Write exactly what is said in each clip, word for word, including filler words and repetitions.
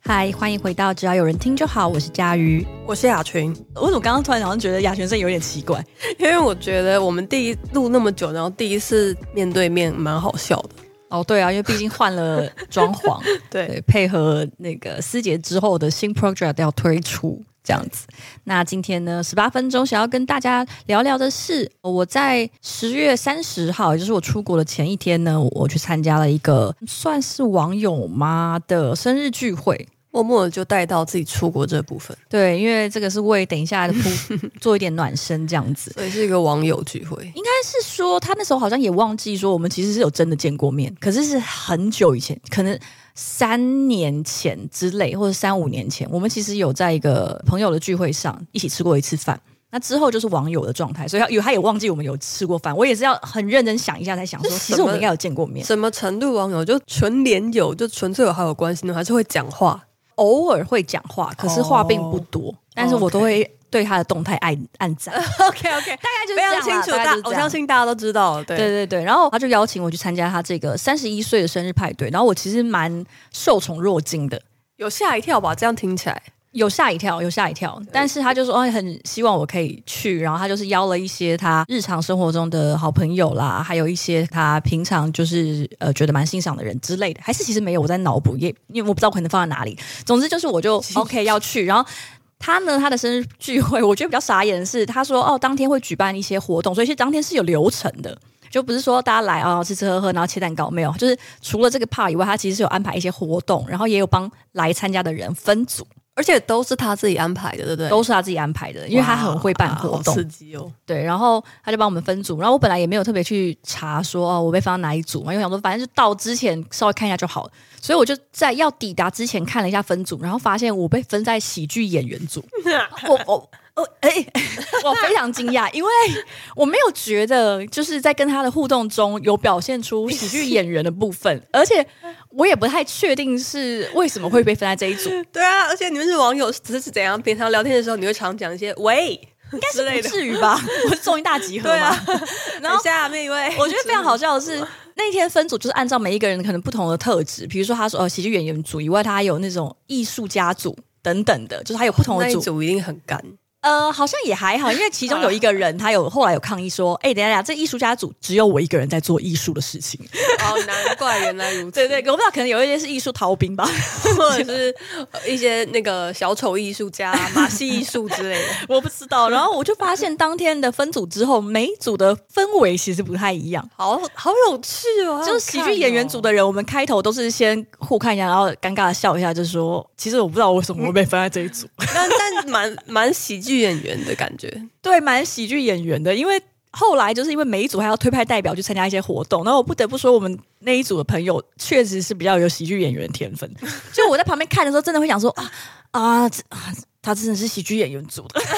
嗨，欢迎回到只要有人听就好，我是佳瑜， 我是雅群。 为什么刚刚突然好像觉得雅群声音有点奇怪？ 因为我觉得我们第一录那么久，然后第一次面对面蛮好笑的。 哦，对啊，因为毕竟换了装潢， 对, 对，配合那个思杰之后的新 project 要推出。这样子，那今天呢，十八分钟想要跟大家聊聊的是，我在十月三十号，也就是我出国的前一天呢，我去参加了一个算是网友吗的生日聚会， 默默的就带到自己出国这部分。 对，因为这个是为等一下的做一点暖身这样子， 所以是一个网友聚会。 应该是说他那时候好像也忘记说我们其实是有真的见过面，可是是很久以前，可能三年前之类，或者三五年前，我们其实有在一个朋友的聚会上一起吃过一次饭。那之后就是网友的状态，所以他有他也忘记我们有吃过饭。我也是要很认真想一下，才想说，其实我们应该有见过面。 什么程度网友？就纯连友，就纯粹有好友关系呢，还是会讲话？ 偶尔会讲话，可是话并不多。Oh, 但是我都会对他的动态按按赞。 OK OK， 大概就是这样啦， 非常清楚，大我相信大家都知道。对对对对，然后他就邀请我去参加他这个三十一岁的生日派对，然后我其实蛮受宠若惊的， 有吓一跳吧？这样听起来。 有吓一跳，有吓一跳，但是他就说、哦、很希望我可以去，然后他就是邀了一些他日常生活中的好朋友啦，还有一些他平常就是呃觉得蛮欣赏的人之类的，还是其实没有，我在脑补，也因为我不知道可能放在哪里。总之就是我就 OK 要去，然后他呢，他的生日聚会，我觉得比较傻眼的是，他说哦，当天会举办一些活动，所以其实当天是有流程的。就不是说大家来啊、哦、吃吃喝喝然后切蛋糕，没有，就是除了这个 part 以外，他其实是有安排一些活动，然后也有帮来参加的人分组。 而且都是他自己安排的，对不对？ 都是他自己安排的，因为他很会办活动， 好刺激哦。 对，然后他就帮我们分组，然后我本来也没有特别去查说哦，我被分到哪一组嘛，因为我想说反正就到之前稍微看一下就好了，所以我就在要抵达之前看了一下分组，然后发现我被分在喜剧演员组。我我我哎、欸，我非常惊讶，因为我没有觉得就是在跟他的互动中有表现出喜剧演员的部分，而且我也不太确定是为什么会被分在这一组。 对啊，而且你们是网友，只是怎样？平常聊天的时候，你会常讲一些喂， 应该是不至于吧？我是综艺大集合嘛。对啊， 然后下面一位， 我觉得非常好笑的是，那一天分组就是按照每一个人可能不同的特质，比如说他说呃喜剧演员组以外，他还有那种艺术家组等等的，就是还有不同的组。 那一组一定很干。 呃，好像也还好，因为其中有一个人，他有后来有抗议说：“哎、欸，等一下，这艺术家组只有我一个人在做艺术的事情。” 哦，难怪原来如此。 对对，我不知道，可能有一些是艺术逃兵吧， 或者是一些那个小丑艺术家、马戏艺术之类的， 我不知道。然后我就发现，当天的分组之后，每一组的氛围其实不太一样， 好好有趣哦。 就是喜剧演员组的人，我们开头都是先互看一下，然后尴尬的笑一下，就是说，其实我不知道为什么会被分在这一组， 但但蛮蛮喜剧演员的感觉， 对，蛮喜剧演员的。因为后来就是因为每一组还要推派代表去参加一些活动，然后我不得不说，我们那一组的朋友确实是比较有喜剧演员的天分。就我在旁边看的时候，真的会想说啊啊，啊他真的是喜剧演员组的。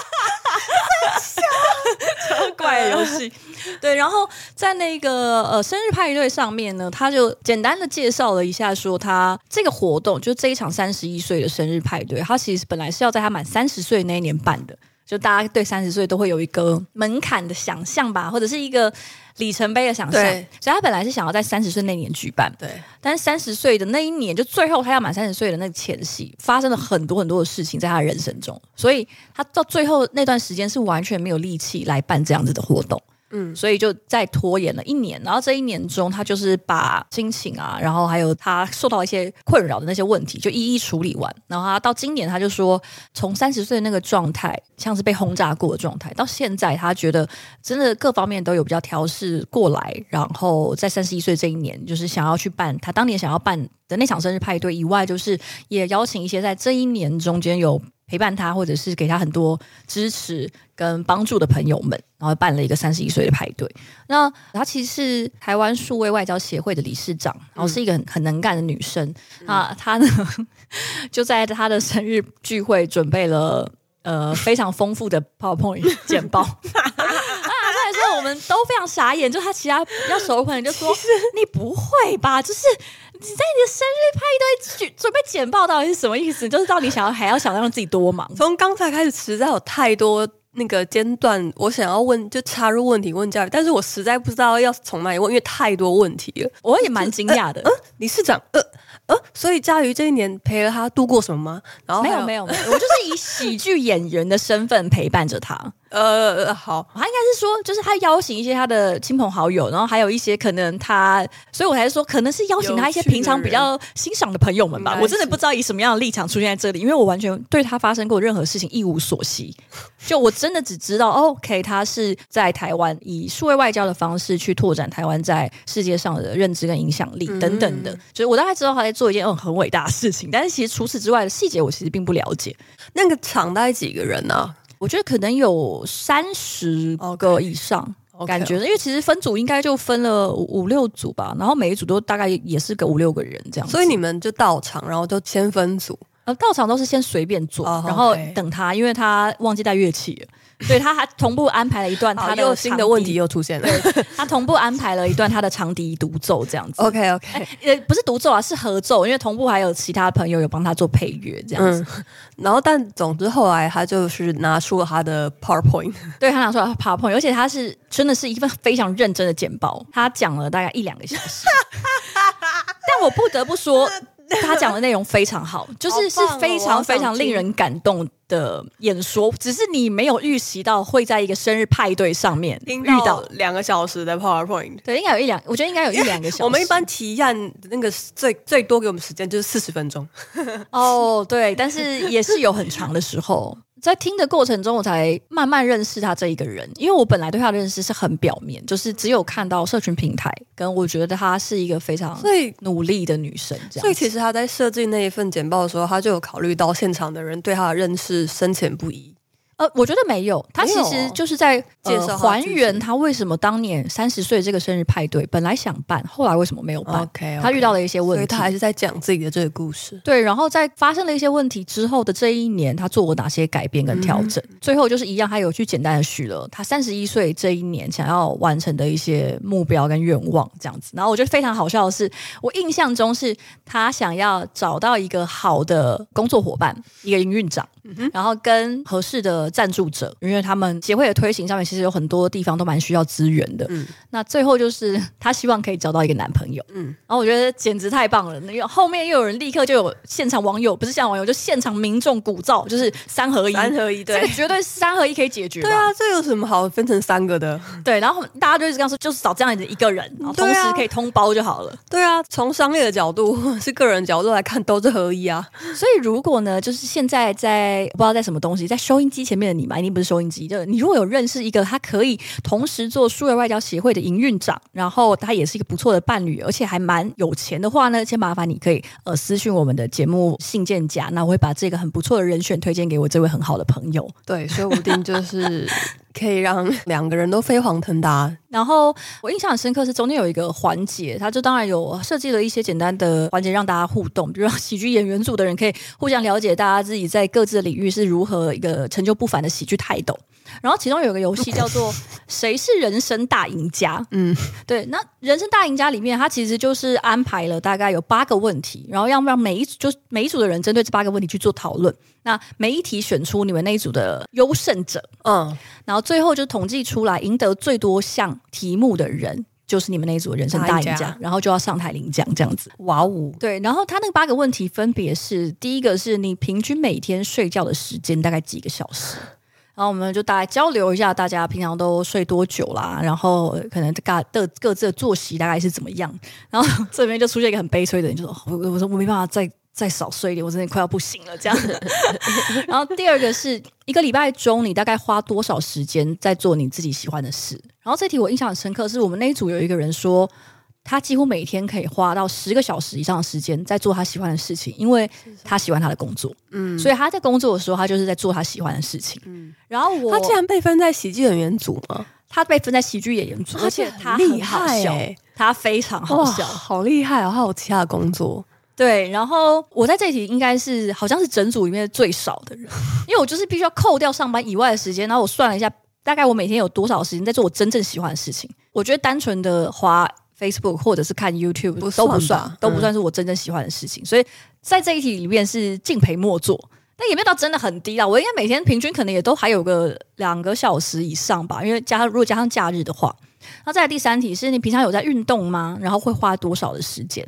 超怪的游戏。对，然后在那个呃生日派对上面呢，他就简单的介绍了一下，说他这个活动就这一场三十一岁的生日派对，他其实本来是要在他满三十岁那一年办的。就大家对三十岁都会有一个门槛的想象吧，或者是一个里程碑的想象，所以他本来是想要在三十岁那年举办，对。但是三十岁的那一年，就最后他要满三十岁的那个前夕，发生了很多很多的事情在他的人生中，所以他到最后那段时间是完全没有力气来办这样子的活动。嗯，所以就再拖延了一年，然后这一年中，他就是把心情啊，然后还有他受到一些困扰的那些问题，就一一处理完。然后他到今年，他就说，从三十岁的那个状态，像是被轰炸过的状态，到现在，他觉得真的各方面都有比较调试过来。然后在三十一岁这一年，就是想要去办他当年想要办的那场生日派对以外，就是也邀请一些在这一年中间有陪伴他或者是给他很多支持跟帮助的朋友们，然后办了一个三十一岁的派对。那她其实是台湾数位外交协会的理事长，然后是一个很很能干的女生。嗯、啊，她呢就在她的生日聚会准备了呃非常丰富的 PowerPoint 简报。我们都非常傻眼，就他其他比较熟的朋友就说：“你不会吧？就是你在你的生日派对准备简报，到底是什么意思？就是到底想要还要想让自己多忙？” 从刚才开始，实在有太多那个间断，我想要问就插入问题问教育，但是我实在不知道要从哪里问，因为太多问题了。 我也蛮惊讶的。 呃呃，理事长，呃呃，所以佳瑜这一年陪了他度过什么吗？然后没有没有没有，我就是以喜剧演员的身份陪伴着他。 呃，好， 他应该是说，就是他邀请一些他的亲朋好友，然后还有一些可能他，所以我才说，可能是邀请他一些平常比较欣赏的朋友们吧。我真的不知道以什么样的立场出现在这里，因为我完全对他发生过任何事情一无所悉。就我真的只知道 ，OK， 他是在台湾以数位外交的方式去拓展台湾在世界上的认知跟影响力等等的。嗯、就是我大概知道他在做一件嗯很伟大的事情，但是其实除此之外的细节，我其实并不了解。 那个场大概几个人呢、啊？ 我觉得可能有三十个以上， okay, 感觉， okay, okay. 因为其实分组应该就分了五六组吧，然后每一组都大概也是个五六个人这样子。 所以你们就到场，然后就先分组。 呃，到场都是先随便做， oh, okay. 然后等他，因为他忘记带乐器了。对，他还同步安排了一段他的又新的问题又出现了， 对，他同步安排了一段他的长笛独奏这样子。 OK OK， 呃，不是独奏啊，是合奏，因为同步还有其他朋友有帮他做配乐这样子。 嗯、然后，但总之后来他就是拿出了他的 PowerPoint， 对他拿出了 PowerPoint， 而且他是真的是一份非常认真的简报，他讲了大概一两个小时。但我不得不说。他讲的内容非常好，就是是非常非常令人感动的演说，只是你没有预习到会在一个生日派对上面遇到两个小时的 PowerPoint。 对，应该有一两，我觉得应该有一两个小时。 我们一般提案那个最最多给我们时间就是四十分钟。 哦，对，但是也是有很长的时候。在听的过程中，我才慢慢认识他这一个人，因为我本来对他的认识是很表面，就是只有看到社群平台，跟我觉得她是一个非常努力的女生这样。 所以其实他在设计那一份简报的时候，他就有考虑到现场的人对他的认识深浅不一。 呃，我觉得没有，他其实就是在介绍、呃、还原他为什么当年三十岁这个生日派对本来想办，后来为什么没有办。 okay, okay. 他遇到了一些问题， 所以他还是在讲自己的这个故事。 对，然后在发生了一些问题之后的这一年，他做过哪些改变跟调整？嗯、最后就是一样，他有去简单的许了他三十一岁这一年想要完成的一些目标跟愿望，这样子。然后我觉得非常好笑的是，我印象中是他想要找到一个好的工作伙伴，一个营运长。嗯、然后跟合适的赞助者，因为他们协会的推行上面其实有很多地方都蛮需要资源的。嗯，那最后就是他希望可以找到一个男朋友。嗯，然后我觉得简直太棒了。因为后面又有人立刻就有现场网友，不是现场网友，就现场民众鼓噪，就是三合一， 三合一，对， 这个绝对是三合一可以解决吧。 对啊，这有什么好分成三个的？ 对，然后大家就一直跟他说，就是找这样的一个人，然后同时可以通包就好了。 对啊，从商业的角度或是个人角度来看，都是合一啊。 所以如果呢，就是现在在不知道在什么东西。在收音机前面的你嘛，一定不是收音机，就你如果有认识一个他可以同时做数位外交协会的营运长，然后他也是一个不错的伴侣，而且还蛮有钱的话呢，先麻烦你可以呃私讯我们的节目信件夹，那我会把这个很不错的人选推荐给我这位很好的朋友。 对，说不定就是可以让两个人都飞黄腾达。 然后我印象很深刻是中间有一个环节，他就当然有设计了一些简单的环节让大家互动，比如说喜剧演员组的人可以互相了解大家自己在各自的领域是如何一个成就不凡的喜剧泰斗。然后其中有一个游戏叫做谁是人生大赢家。嗯，对，那人生大赢家里面它其实就是安排了大概有八个问题，然后要让每一组就每一组的人针对这八个问题去做讨论，那每一题选出你们那一组的优胜者。嗯，然后最后就统计出来赢得最多项题目的人就是你们那一组的人生大赢家，然后就要上台领奖这样子。 哇哦！ 对，然后他那八个问题分别是：第一个是你平均每天睡觉的时间大概几个小时，然后我们就大概交流一下大家平常都睡多久啦，然后可能各各自的作息大概是怎么样。然后这边就出现一个很悲催的人，就说：“我我说我没办法再。”再少睡一点，我真的快要不行了这样。然后第二个是一个礼拜中你大概花多少时间在做你自己喜欢的事。然后这题我印象很深刻，是我们那一组有一个人说他几乎每天可以花到十个小时以上的时间在做他喜欢的事情，因为他喜欢他的工作。嗯，所以他在工作的时候他就是在做他喜欢的事情。嗯，然后我他竟然被分在喜剧演员组吗？ 他被分在喜剧演员组，而且他很好笑，他非常好笑， 好厉害哦！还有其他的工作。 对，然后我在这一题应该是好像是整组里面最少的人，因为我就是必须要扣掉上班以外的时间，然后我算了一下，大概我每天有多少时间在做我真正喜欢的事情。我觉得单纯的滑 Facebook 或者是看 YouTube 不都不算，都不算是我真正喜欢的事情，嗯、所以在这一题里面是敬陪末座，但也没有到真的很低啦。我应该每天平均可能也都还有个两个小时以上吧，因为加如果加上假日的话。那再来第三题是你平常有在运动吗？然后会花多少的时间？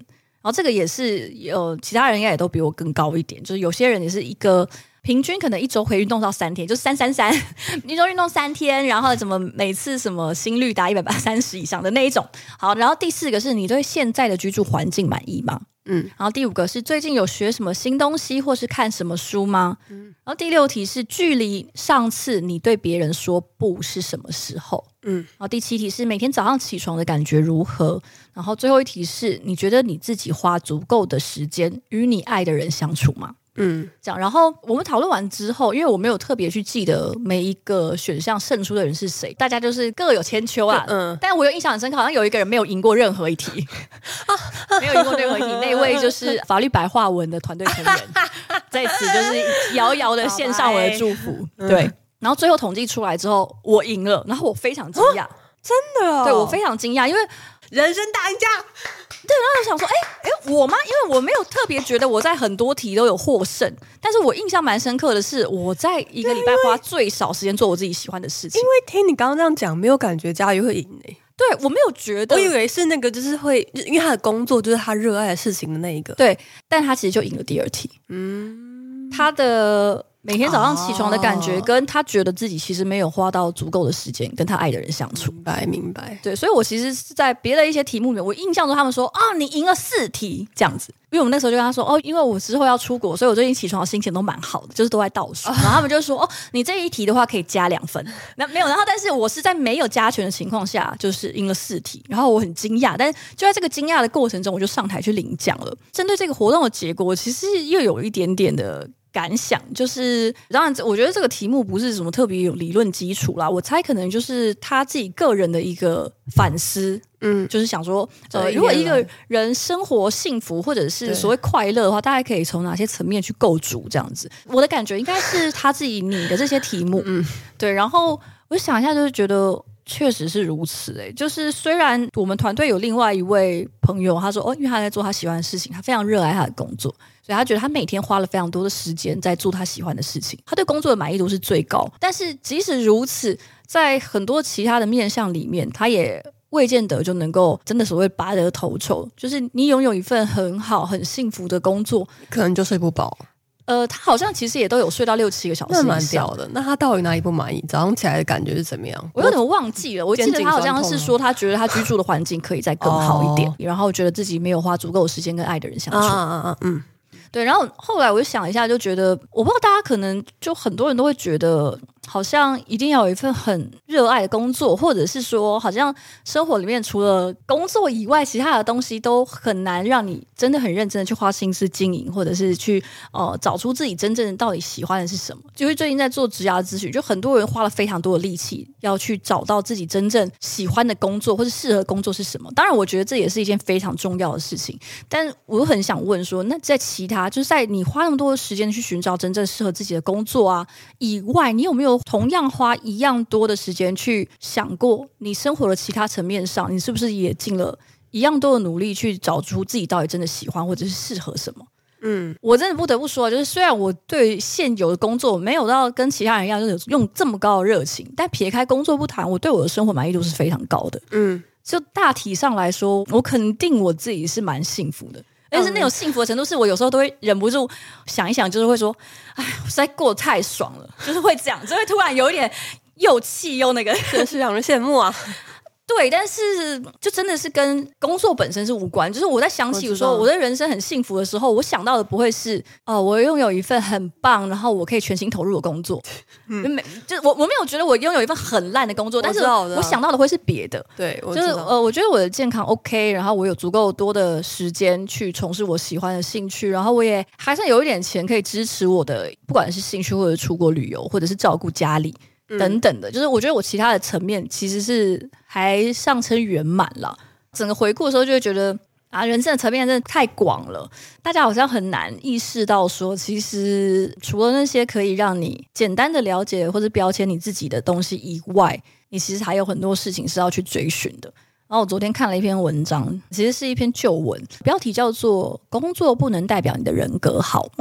后这个也是呃，其他人应该也都比我更高一点，就是有些人也是一个平均可能一周可以运动到三天，就三三三，一周运动三天，然后怎么每次什么心率达一百三十以上的那一种。好，然后第四个是你对现在的居住环境满意吗？嗯，然后第五个是最近有学什么新东西或是看什么书吗？嗯，然后第六题是距离上次你对别人说不是什么时候？嗯，然后第七题是每天早上起床的感觉如何？然后最后一题是你觉得你自己花足够的时间与你爱的人相处吗？嗯，这样，然后我们讨论完之后，因为我没有特别去记得每一个选项胜出的人是谁，大家就是各有千秋啊。嗯，但我有印象很深刻，好像有一个人没有赢过任何一题，没有赢过任何一题，那位就是法律白话文的团队成员，在此就是遥遥的献上我的祝福。对，然后最后统计出来之后，我赢了，然后我非常惊讶，哦， 真的哦， 对我非常惊讶，因为人生大赢家。 对，然后我想说，哎哎，我吗？因为我没有特别觉得我在很多题都有获胜，但是我印象蛮深刻的是，我在一个礼拜花最少时间做我自己喜欢的事情。 因为听你刚刚这样讲，没有感觉佳瑜会赢诶，欸。 对，我没有觉得， 我以为是那个就是会，因为他的工作就是他热爱的事情的那一个。 对，但他其实就赢了第二题。嗯，他的每天早上起床的感觉，跟他觉得自己其实没有花到足够的时间跟他爱的人相处。 明白明白。 对，所以我其实是在别的一些题目里面，我印象中他们说啊，你赢了四题这样子。因为我们那时候就跟他说，哦，因为我之后要出国，所以我最近起床的心情都蛮好的，就是都在倒数。然后他们就说，哦，你这一题的话可以加两分。那没有，然后但是我是在没有加权的情况下，就是赢了四题，然后我很惊讶，但是就在这个惊讶的过程中，我就上台去领奖了。针对这个活动的结果，我其实又有一点点的感想，就是当然我觉得这个题目不是什么特别有理论基础啦，我猜可能就是他自己个人的一个反思。嗯，就是想说，呃，如果一个人生活幸福或者是所谓快乐的话，大概可以从哪些层面去构筑这样子？我的感觉应该是他自己拟的这些题目，嗯，对。然后我想一下，就是觉得确实是如此、欸。哎，就是虽然我们团队有另外一位朋友，他说哦，因为他在做他喜欢的事情，他非常热爱他的工作，所以他觉得他每天花了非常多的时间在做他喜欢的事情，他对工作的满意度是最高。但是即使如此，在很多其他的面向里面，他也未见得就能够真的所谓拔得头筹，就是你拥有一份很好很幸福的工作， 可能就睡不饱。 呃，他好像其实也都有睡到六七个小时以上， 那蛮屌的。那他到底哪里不满意？早上起来的感觉是怎么样？ 我有点忘记了，我记得他好像是说他觉得他居住的环境可以再更好一点，哦，然后觉得自己没有花足够的时间跟爱的人相处。啊啊啊嗯。对，然后后来我就想一下，就觉得我不知道大家可能就很多人都会觉得，好像一定要有一份很热爱的工作，或者是说，好像生活里面除了工作以外，其他的东西都很难让你真的很认真的去花心思经营，或者是去呃找出自己真正到底喜欢的是什么。就是最近在做职涯咨询，就很多人花了非常多的力气要去找到自己真正喜欢的工作或是适合工作是什么。当然，我觉得这也是一件非常重要的事情，但我很想问说，那在其他就是在你花那么多的时间去寻找真正适合自己的工作啊以外，你有没有同样花一样多的时间去想过你生活的其他层面上，你是不是也尽了一样多的努力去找出自己到底真的喜欢或者是适合什么？嗯，我真的不得不说，就是虽然我对现有的工作没有到跟其他人一样就是用这么高的热情，但撇开工作不谈，我对我的生活满意度是非常高的。嗯，就大体上来说，我肯定我自己是蛮幸福的。但是那种幸福的程度，是我有时候都会忍不住想一想，就是会说，哎，我实在过得太爽了，就是会这样，就会突然有一点又气又那个， 真是让人羡慕啊。 对，但是就真的是跟工作本身是无关。就是我在想起我说我的人生很幸福的时候，我想到的不会是哦、呃，我拥有一份很棒，然后我可以全心投入的工作。嗯，就我我没有觉得我拥有一份很烂的工作，但是我想到的会是别的。 对，我就是呃，我觉得我的健康 OK， 然后我有足够多的时间去从事我喜欢的兴趣，然后我也还算有一点钱可以支持我的，不管是兴趣或者出国旅游，或者是照顾家里。等等的，就是我觉得我其他的层面其实是还上称圆满了。整个回顾的时候就会觉得啊，人生的层面真的太广了，大家好像很难意识到说，其实除了那些可以让你简单的了解或者标签你自己的东西以外，你其实还有很多事情是要去追寻的。然后我昨天看了一篇文章，其实是一篇旧文，标题叫做"工作不能代表你的人格好吗"。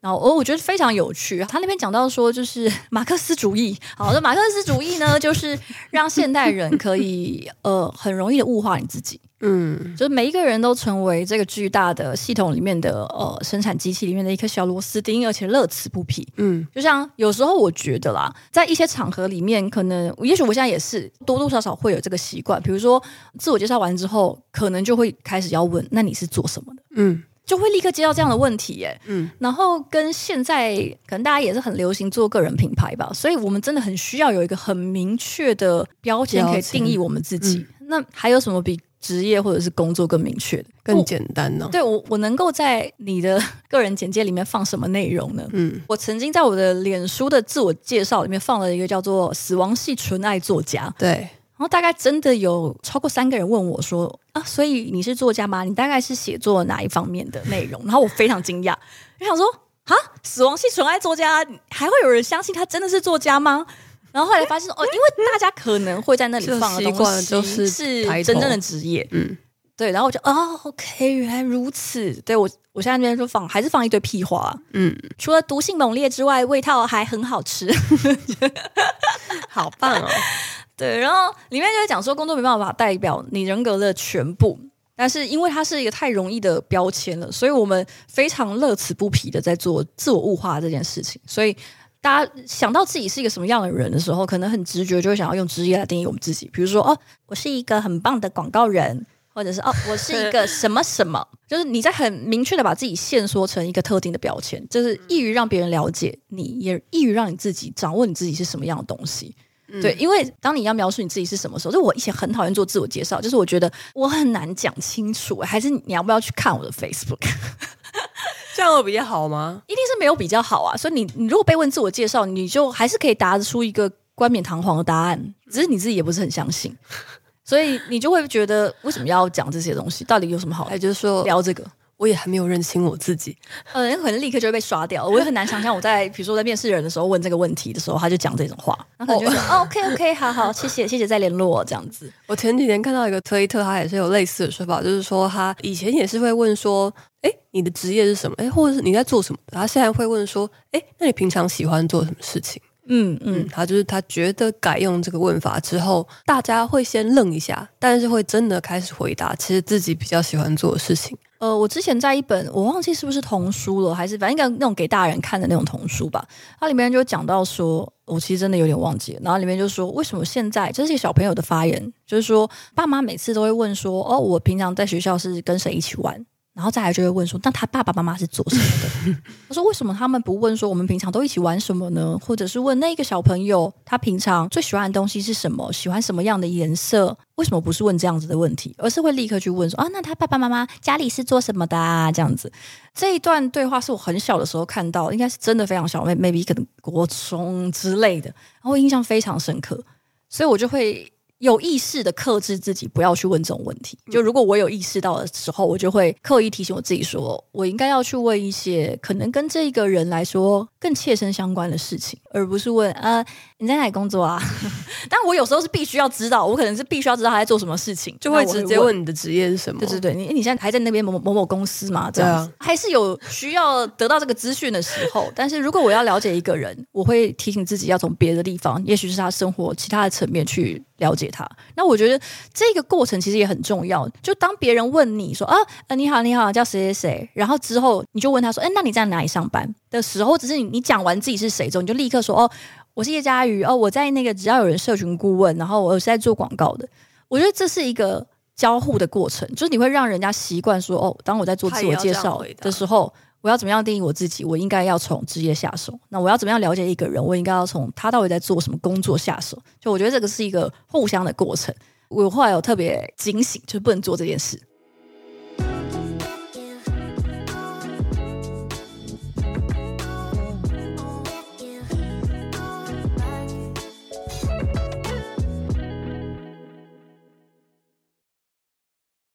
然后我觉得非常有趣，他那边讲到说，就是马克思主义。好的，马克思主义呢，就是让现代人可以呃很容易的物化你自己。嗯，就是每一个人都成为这个巨大的系统里面的呃生产机器里面的一颗小螺丝钉，而且乐此不疲。嗯，就像有时候我觉得啦，在一些场合里面，可能也许我现在也是多多少少会有这个习惯，比如说自我介绍完之后，可能就会开始要问，那你是做什么的？嗯。就会立刻接到这样的问题耶，嗯，然后跟现在可能大家也是很流行做个人品牌吧，所以我们真的很需要有一个很明确的标签可以定义我们自己。嗯、那还有什么比职业或者是工作更明确的、 更简单呢、 哦？对我，我能够在你的个人简介里面放什么内容呢？嗯，我曾经在我的脸书的自我介绍里面放了一个叫做"死亡系纯爱作家"， 对。 然后大概真的有超过三个人问我说啊，所以你是作家吗？你大概是写作哪一方面的内容？然后我非常惊讶，我想说啊，死亡系纯爱作家还会有人相信他真的是作家吗？然后后来发现哦，因为大家可能会在那里放的东西就是是真正的职业，嗯，对，然后我就哦 ，OK， 原来如此。对我，我现在那边就放还是放一堆屁话，嗯，除了毒性猛烈之外，味道还很好吃， 好棒哦。 对，然后里面就在讲说，工作没办法代表你人格的全部，但是因为它是一个太容易的标签了，所以我们非常乐此不疲的在做自我物化这件事情。所以大家想到自己是一个什么样的人的时候，可能很直觉就会想要用职业来定义我们自己，比如说哦，我是一个很棒的广告人，或者是哦，我是一个什么什么，就是你在很明确的把自己限缩成一个特定的标签，就是易于让别人了解你，也易于让你自己掌握你自己是什么样的东西。对，因为当你要描述你自己是什么时候，就我以前很讨厌做自我介绍，就是我觉得我很难讲清楚，还是你要不要去看我的 Facebook？ 这样有比较好吗？ 一定是没有比较好啊！所以你你如果被问自我介绍，你就还是可以答得出一个冠冕堂皇的答案，只是你自己也不是很相信，所以你就会觉得为什么要讲这些东西？到底有什么好？ 哎，就是说聊这个。 我也还没有认清我自己， 呃，可能立刻就会被刷掉。我也很难想象我在比如说在面试人的时候问这个问题的时候，他就讲这种话，然后可能就说、哦、OK OK 好好谢谢谢谢再联络这样子。 我前几天看到一个推特，他也是有类似的说法，就是说他以前也是会问说，哎，你的职业是什么？哎，或者是你在做什么？他现在会问说，哎，那你平常喜欢做什么事情？嗯嗯，他就是他觉得改用这个问法之后，大家会先愣一下，但是会真的开始回答其实自己比较喜欢做的事情。 呃，我之前在一本我忘记是不是童书了，还是反正应该那种给大人看的那种童书吧，它里面就讲到说，我其实真的有点忘记了，然后里面就说为什么现在这是一个小朋友的发言，就是说爸妈每次都会问说，哦，我平常在学校是跟谁一起玩，然后再来就会问说，那他爸爸妈妈是做什么的？他说为什么他们不问说我们平常都一起玩什么呢？或者是问那个小朋友他平常最喜欢的东西是什么，喜欢什么样的颜色？为什么不是问这样子的问题，而是会立刻去问说啊，那他爸爸妈妈家里是做什么的啊？这样子，这一段对话是我很小的时候看到，应该是真的非常小 ，maybe 可能国中之类的，然后印象非常深刻，所以我就会有意识的克制自己不要去问这种问题。就如果我有意识到的时候，我就会刻意提醒我自己说，我应该要去问一些可能跟这个人来说更切身相关的事情，而不是问啊你在哪里工作啊？但我有时候是必须要知道，我可能是必须要知道他在做什么事情， 就会直接问你的职业是什么。 对对对，你你现在还在那边某某某公司嘛？这样子、啊、还是有需要得到这个资讯的时候。但是如果我要了解一个人，我会提醒自己要从别的地方，也许是他生活其他的层面去了解他。那我觉得这个过程其实也很重要。就当别人问你说啊，呃，你好，你好，叫谁谁谁，然后之后你就问他说，哎，那你在哪里上班的时候，只是你你讲完自己是谁之后，你就立刻说，哦，我是叶嘉瑜，哦，我在那个只要有人社群顾问，然后我是在做广告的。我觉得这是一个交互的过程，就是你会让人家习惯说，哦，当我在做自我介绍的时候，我要怎么样定义我自己，我应该要从职业下手。那我要怎么样了解一个人，我应该要从他到底在做什么工作下手。就我觉得这个是一个互相的过程。我后来有特别警醒，就是不能做这件事。